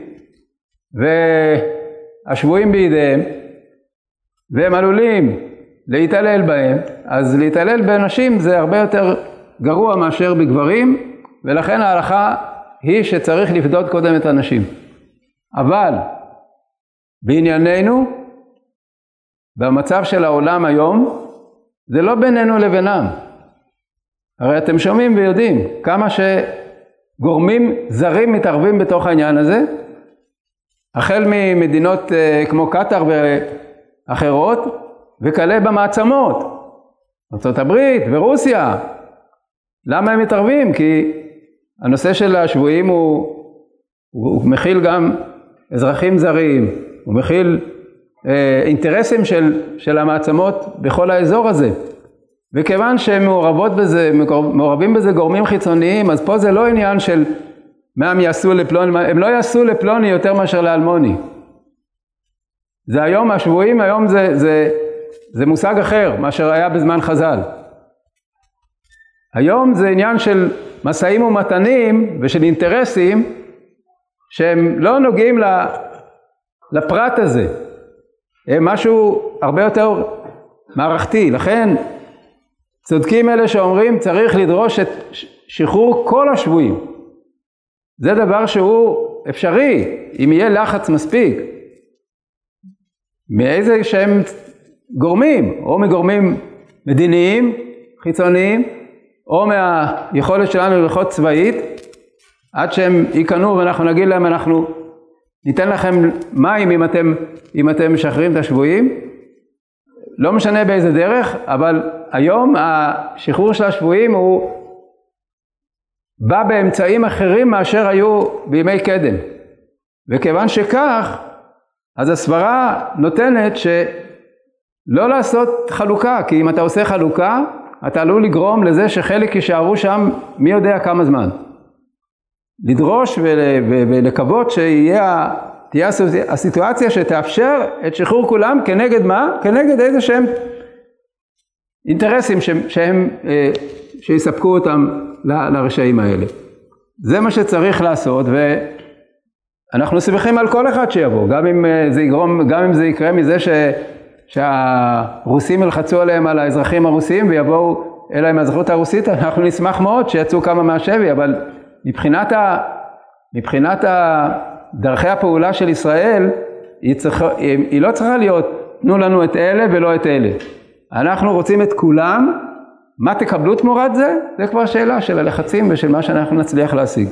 והשבויים בידיהם, והם עלולים להתעלל בהם, אז להתעלל בנשים זה הרבה יותר גרוע מאשר בגברים, ולכן ההלכה היא שצריך לפדות קודם את הנשים. אבל בענייננו, במצב של העולם היום, זה לא בינינו לבינם. הרי אתם שומעים ויודעים כמה שגורמים זרים מתערבים בתוך העניין הזה, החל ממדינות כמו קטר ואחרות, וכלה במעצמות, ארצות הברית ורוסיה. למה הם מתערבים? כי הנושא של השבויים הוא מכיל גם אזרחים זרים, הוא מכיל אינטרסים של המעצמות בכל האזור הזה. וכיוון שהם מעורבים בזה גורמים חיצוניים, אז פה זה לא עניין של מה הם יעשו לפלוני, הם לא יעשו לפלוני יותר מאשר לאלמוני. זה היום, השבויים היום זה מושג אחר מאשר היה בזמן חז"ל. היום זה עניין של משאים ומתנים ושל אינטרסים שהם לא נוגעים לפרט הזה. הם משהו הרבה יותר מערכתי. לכן צודקים אלה שאומרים צריך לדרוש את שחרור כל השבויים. זה דבר שהוא אפשרי אם יהיה לחץ מספיק. מאיזה שהם גורמים, או מגורמים מדיניים, חיצוניים, או מהיכולת שלנו ללחוץ צבאית, עד שהם ייכנו ואנחנו נגיד להם, אנחנו ניתן לכם מים אם אתם משחררים את השבויים. לא משנה באיזה דרך, אבל היום השחרור של השבויים הוא בא באמצעים אחרים מאשר היו בימי קדם. וכיוון שכך, אז הסברה נותנת שלא לעשות חלוקה, כי אם אתה עושה חלוקה, אתה עלול לגרום לזה שחלק יישארו שם מי יודע כמה זמן. לדרוש ולקוות תהיה הסיטואציה שתאפשר את שחרור כולם כנגד מה? כנגד איזה שהם אינטרסים שיספקו אותם לרשעים האלה. זה מה שצריך לעשות, ואנחנו שמחים על כל אחד שיבוא, גם אם זה יקרה מזה שהרוסים ילחצו עליהם על האזרחים הרוסים ויבואו אליהם האזרחות הרוסית, אנחנו נשמח מאוד שיצאו כמה מהשבי, אבל מבחינת דרכי הפעולה של ישראל, היא לא צריכה להיות, תנו לנו את אלה ולא את אלה. אנחנו רוצים את כולם, מה תקבלו תמורת זה? זה כבר שאלה של הלחצים ושל מה שאנחנו נצליח להשיג.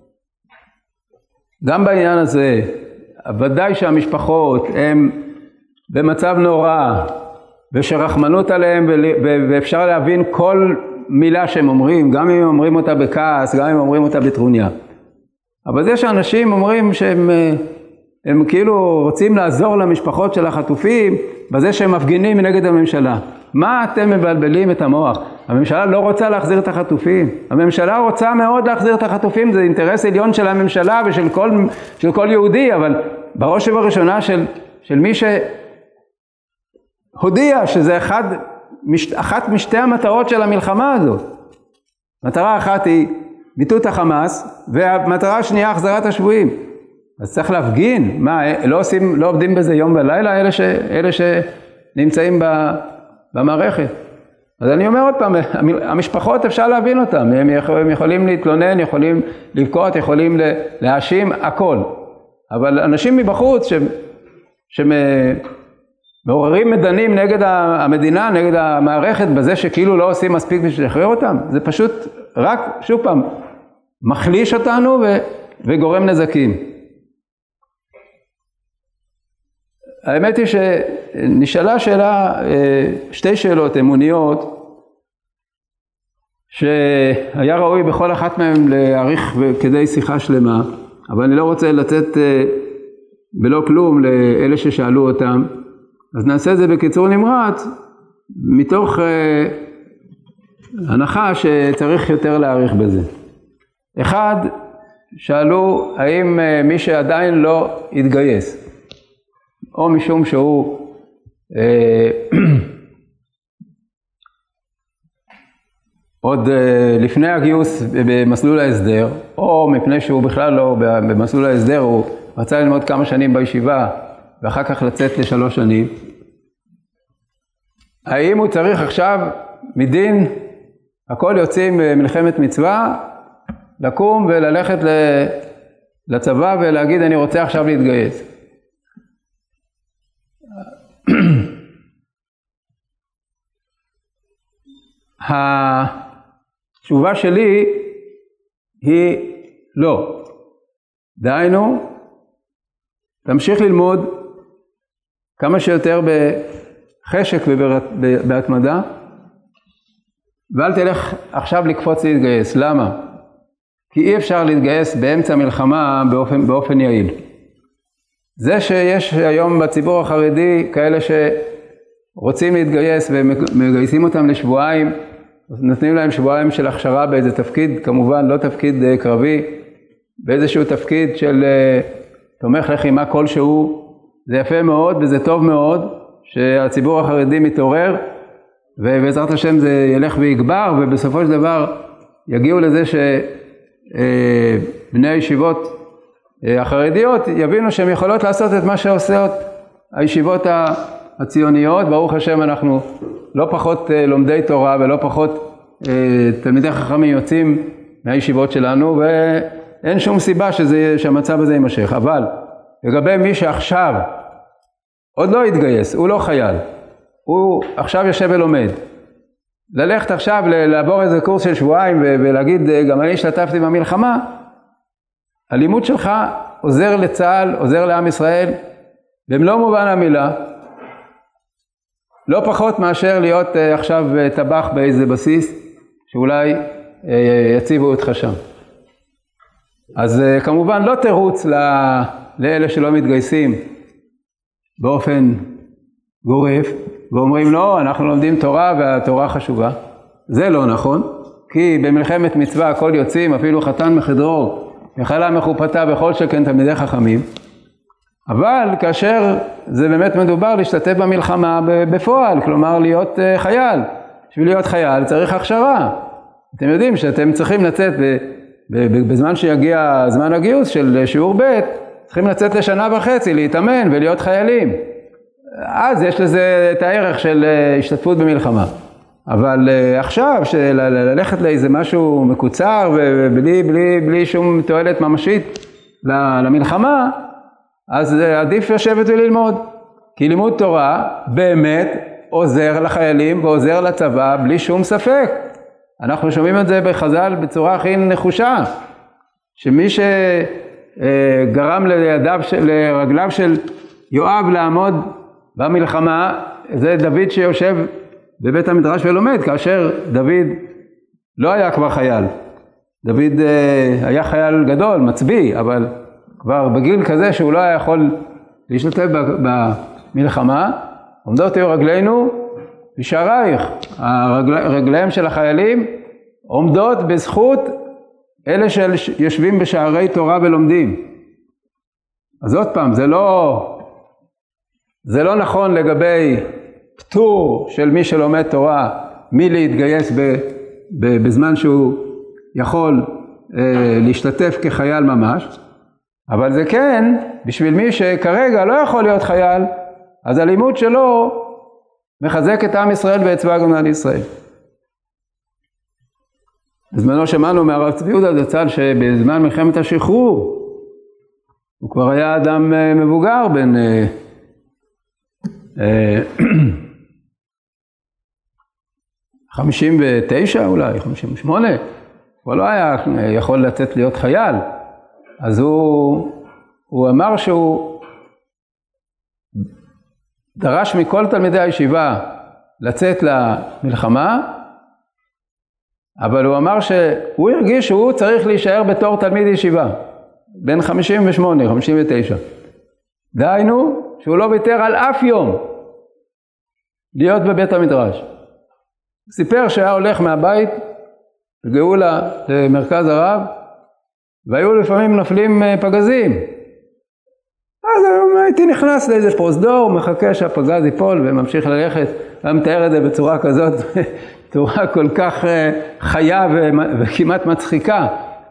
גם בעניין הזה, ודאי שהמשפחות הן במצב נורא, ושרחמנות עליהם, ואפשר להבין כל מילה שהם אומרים, גם אם אומרים אותה בכעס, גם אם אומרים אותה בטרוניה. אבל זה שאנשים אומרים שהם כאילו רוצים לעזור למשפחות של החטופים, בזה שהם מפגינים נגד הממשלה. מה אתם מבלבלים את המוח? הממשלה לא רוצה להחזיר את החטופים. הממשלה רוצה מאוד להחזיר את החטופים, זה אינטרס עליון של הממשלה ושל כל יהודי, אבל בראש ובראשונה של מי שהודיע שזה אחת משתי המטרות של המלחמה הזאת. מטרה אחת היא ביטול החמאס, והמטרה השנייה החזרת השבויים. אז צריך להפגין, מה, לא עובדים בזה יום ולילה, אלה שנמצאים במערכת. אז אני אומר עוד פעם, המשפחות אפשר להבין אותם, הם יכולים להתלונן, יכולים לבכות, יכולים להאשים, הכל. אבל אנשים מבחוץ שמעוררים מדנים נגד המדינה, נגד המערכת, בזה שכאילו לא עושים מספיק בשביל לשחרר אותם, זה פשוט רק, שוב פעם, מחליש אותנו וגורם נזקים. האמת היא שנשאלה שתי שאלות אמוניות, שהיה ראוי בכל אחת מהן להאריך כדי שיחה שלמה, אבל אני לא רוצה לתת בלא כלום לאלה ששאלו אותם, אז נעשה את זה בקיצור נמרץ, מתוך הנחה שצריך יותר להאריך בזה. אחד, שאלו האם מי שעדיין לא התגייס, או משום שהוא עוד לפני הגיוס במסלול ההסדר, או מפני שהוא בכלל לא במסלול ההסדר, הוא רצה ללמוד כמה שנים בישיבה, ואחר כך לצאת ל3 שנים. האם הוא צריך עכשיו מדין, הכל יוצאים מלחמת מצווה, לקום וללכת לצבא ולהגיד אני רוצה עכשיו להתגייס. התשובה שלי היא לא. דהיינו, תמשיך ללמוד כמה שיותר בחשק ובהתמדה, ואל תלך עכשיו לקפוץ להתגייס. למה? כי אי אפשר להתגייס באמצע מלחמה באופן יעיל. זה שיש היום בציבור החרדי כאלה שרוצים להתגייס ומגייסים אותם לשבועיים, נותנים להם שבועיים של הכשרה באיזה תפקיד, כמובן לא תפקיד קרבי, באיזשהו תפקיד של תומך לחימה כלשהו, זה יפה מאוד וזה טוב מאוד שהציבור החרדי מתעורר, ובעזרת השם זה ילך ויגבר, ובסופו של דבר יגיעו לזה שבני הישיבות החרדיות יבינו שהן יכולות לעשות את מה שעושות הישיבות הציוניות. ברוך השם אנחנו לא פחות לומדי תורה ולא פחות תלמידי חכמים יוצאים מהישיבות שלנו, ואין שום סיבה שהמצב הזה יימשך. אבל לגבי מי שעכשיו עוד לא התגייס, הוא לא חייל, הוא עכשיו יושב ולומד, ללכת עכשיו לעבור איזה קורס של שבועיים ולהגיד גם אני השתתפתי במלחמה, הלימוד שלך עוזר לצה"ל, עוזר לעם ישראל, במלוא מובן המילה, לא פחות מאשר להיות עכשיו טבח באיזה בסיס, שאולי יציבו אותך שם. אז כמובן לא תירוץ לאלה שלא מתגייסים באופן גורף, ואומרים לא, אנחנו לומדים תורה והתורה חשובה. זה לא נכון, כי במלחמת מצווה הכל יוצאים, אפילו חתן מחדרו, מחלה מחופתה בכל שכן תלמידי חכמים. אבל כאשר זה באמת מדובר להשתתף במלחמה בפועל, כלומר להיות חייל. בשביל להיות חייל צריך הכשרה. אתם יודעים שאתם צריכים לצאת בזמן שיגיע זמן הגיוס של שיעור ב', צריכים לצאת לשנה וחצי, להתאמן ולהיות חיילים. אז יש לזה את הערך של השתתפות במלחמה. אבל עכשיו, ללכת לאיזה משהו מקוצר ובלי שום תועלת ממשית, למלחמה, אז עדיף לשבת וללמוד. כי לימוד תורה באמת עוזר לחיילים ועוזר לצבא בלי שום ספק. אנחנו שומעים את זה בחז"ל בצורה הכי נחושה, שמי שגרם לרגליו של יואב לעמוד במלחמה, זה דוד שיושב בבית המדרש ולומד, כאשר דוד לא היה כבר חייל. דוד היה חייל גדול, מצביא, אבל כבר בגיל כזה שהוא לא היה יכול להשתתף במלחמה. עומדות היו רגלינו בשערייך, רגליהם של החיילים עומדות בזכות אלה שיושבים בשערי תורה ולומדים. אז עוד פעם, זה לא נכון לגבי פטור של מי שלומד תורה מלהתגייס בזמן שהוא יכול להשתתף כחייל ממש, אבל זה כן בשביל מי שכרגע לא יכול להיות חייל, אז הלימוד שלו מחזק את עם ישראל ואת צבא הגנה לישראל. בזמנו שמענו מהרב צבי יהודה זצ"ל שבזמן מלחמת השחרור הוא כבר היה אדם מבוגר בין 59 אולי, 58, הוא לא היה יכול לצאת להיות חייל. אז הוא אמר שהוא דרש מכל תלמידי הישיבה לצאת למלחמה, אבל הוא אמר שהוא הרגיש שהוא צריך להישאר בתור תלמיד ישיבה, בין 58, 59. דהיינו שהוא לא ויתר על אף יום להיות בבית המדרש. סיפר שהיה הולך מהבית לגאולה למרכז הרב, והיו לפעמים נופלים פגזים. אז הייתי נכנס לאיזה פרוזדור, מחכה שהפגז ייפול וממשיך ללכת. היה מתאר את זה בצורה כזאת, בצורה כל כך חיה וכמעט מצחיקה,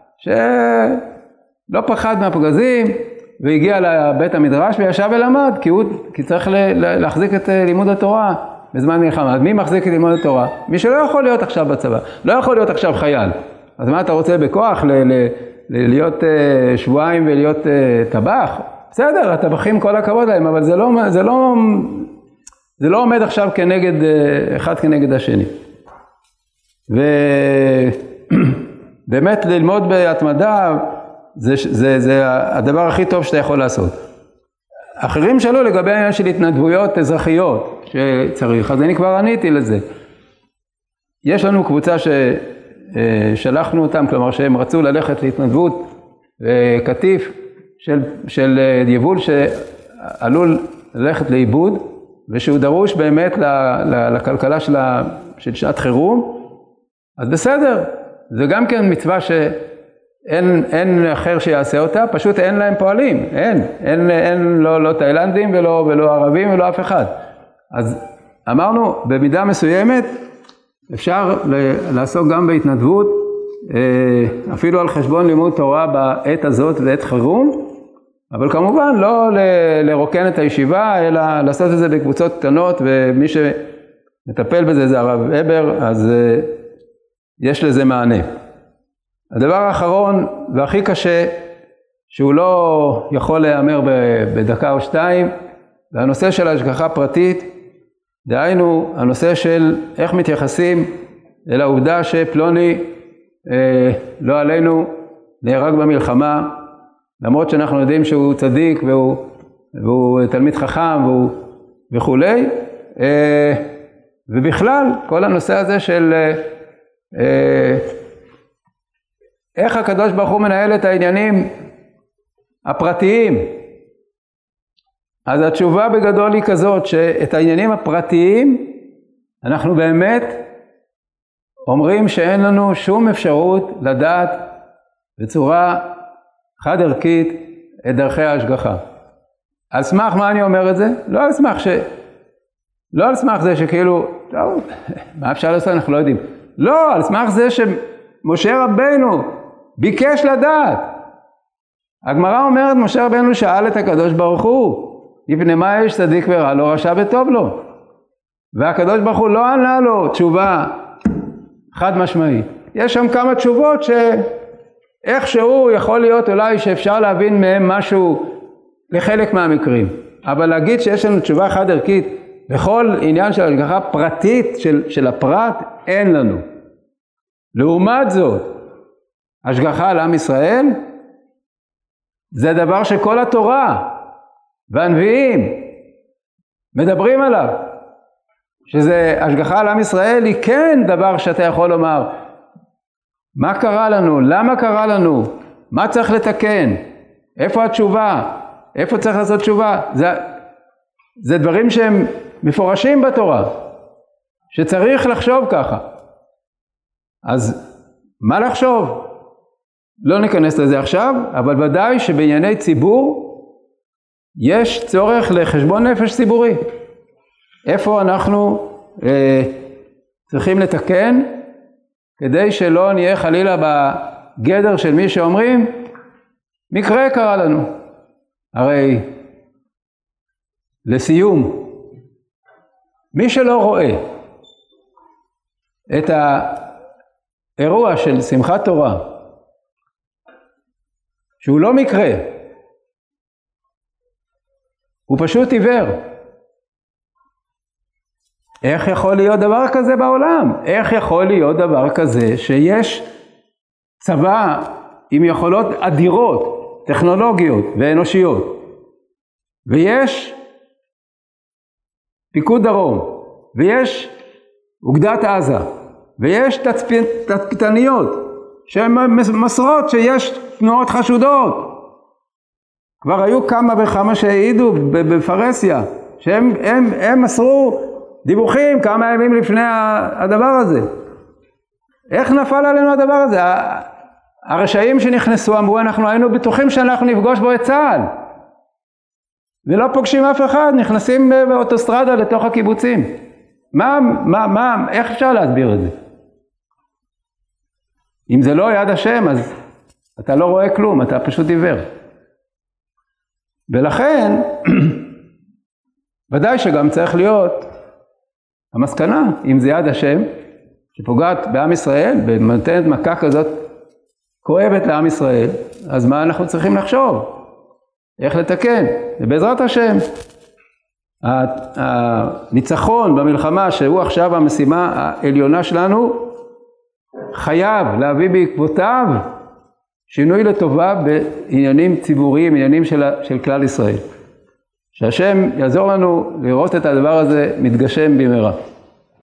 שלא פחד מהפגזים, והגיע לבית המדרש וישב ולמד, כי צריך להחזיק את לימוד התורה בזמן מלחמה. אז מי מחזיק את לימוד התורה? מי שלא יכול להיות עכשיו בצבא, לא יכול להיות עכשיו חייל. אז מה אתה רוצה בכוח להיות שבועיים ולהיות טבח? בסדר, הטבחים כל הכבוד להם, אבל זה לא עומד עכשיו אחד כנגד השני. ובאמת ללמוד בהתמדה זה הדבר הכי טוב שאתה יכול לעשות. אחרים שאלו לגבי העניין של התנדבויות אזרחיות שצריך, אז אני כבר עניתי לזה. יש לנו קבוצה ששלחנו אותם, כלומר שהם רצו ללכת להתנדבות קטיף של יבול שעלול ללכת לאיבוד, ושהוא דרוש באמת לכלכלה של שעת חירום. אז בסדר, זה גם כן מצווה שאין אחר שיעשה אותה, פשוט אין להם פועלים, אין לא תאילנדים ולא ערבים ולא אף אחד. אז אמרנו, במידה מסוימת אפשר לעסוק גם בהתנדבות, אפילו על חשבון לימוד תורה בעת הזאת ועת חירום, אבל כמובן לא לרוקן את הישיבה, אלא לעשות את זה בקבוצות קטנות, ומי שמטפל בזה זה הרב הבר, אז יש לזה מענה. הדבר האחרון והכי קשה, שהוא לא יכול להיאמר בדקה או שתיים, זה הנושא של השגחה פרטית, דהיינו הנושא של איך מתייחסים אל העובדה שפלוני לא עלינו נהרג במלחמה, למרות שאנחנו יודעים שהוא צדיק והוא תלמיד חכם וכולי, ובכלל כל הנושא הזה של איך הקדוש ברוך הוא מנהל את העניינים הפרטיים. אז התשובה בגדול היא כזאת, שאת העניינים הפרטיים אנחנו באמת אומרים שאין לנו שום אפשרות לדעת בצורה חד ערכית את דרכי ההשגחה. על סמך מה אני אומר את זה? לא על סמך זה שכאילו, טוב, מה אפשר לעשות? אנחנו לא יודעים. לא, על סמך זה שמשה רבנו ביקש לדעת. הגמרא אומרת, משה רבנו שאל את הקדוש ברוך הוא, מפני מה יש צדיק ורע לו, רשע וטוב לו. והקדוש ברוך הוא לא ענה לו תשובה חד משמעית. יש שם כמה תשובות איכשהו יכול להיות אולי שאפשר להבין מהם משהו לחלק מהמקרים. אבל להגיד שיש לנו תשובה חד ערכית לכל עניין של השגחה פרטית של הפרט, אין לנו. לעומת זאת, השגחה על עם ישראל, זה דבר שכל התורה והנביאים מדברים עליו. שזה השגחה על עם ישראל היא כן דבר שאתה יכול לומר, מה קרה לנו? למה קרה לנו? מה צריך לתקן? איפה התשובה? איפה צריך לעשות תשובה? זה דברים שהם מפורשים בתורה, שצריך לחשוב ככה. אז מה לחשוב? לא ניכנס לזה עכשיו, אבל ודאי שבענייני ציבור יש צורך לחשבון נפש ציבורי. איפה אנחנו צריכים לתקן, כדי שלא נהיה חלילה בגדר של מי שאומרים, מקרה קרה לנו. הרי לסיום, מי שלא רואה את האירוע של שמחת תורה, שהוא לא מקרה, הוא פשוט עיוור. איך יכול להיות דבר כזה בעולם? איך יכול להיות דבר כזה שיש צבא עם יכולות אדירות, טכנולוגיות ואנושיות, ויש פיקוד דרום, ויש אוגדת עזה, ויש תצפיתניות שהן מסרות שיש תנועות חשודות. כבר היו כמה וכמה שהעידו בפרסיה, שהם מסרו דיווחים כמה ימים לפני הדבר הזה. איך נפל עלינו הדבר הזה? הרשעים שנכנסו אמרו, אנחנו היינו בטוחים שאנחנו נפגוש בו את צה"ל. ולא פוגשים אף אחד, נכנסים באוטוסטרדה לתוך הקיבוצים. איך אפשר להסביר את זה? אם זה לא יד השם, אז אתה לא רואה כלום, אתה פשוט עיוור. ולכן, ודאי שגם צריך להיות המסקנה, אם זה יד השם, שפוגעת בעם ישראל, ונותנת מכה כזאת כואבת לעם ישראל, אז מה אנחנו צריכים לחשוב? איך לתקן? ובעזרת השם, הניצחון במלחמה, שהוא עכשיו המשימה העליונה שלנו, חייב להביא בעקבותיו שינוי לטובה בעניינים ציבוריים, עניינים של כלל ישראל. שהשם יעזור לנו לראות את הדבר הזה מתגשם במהרה.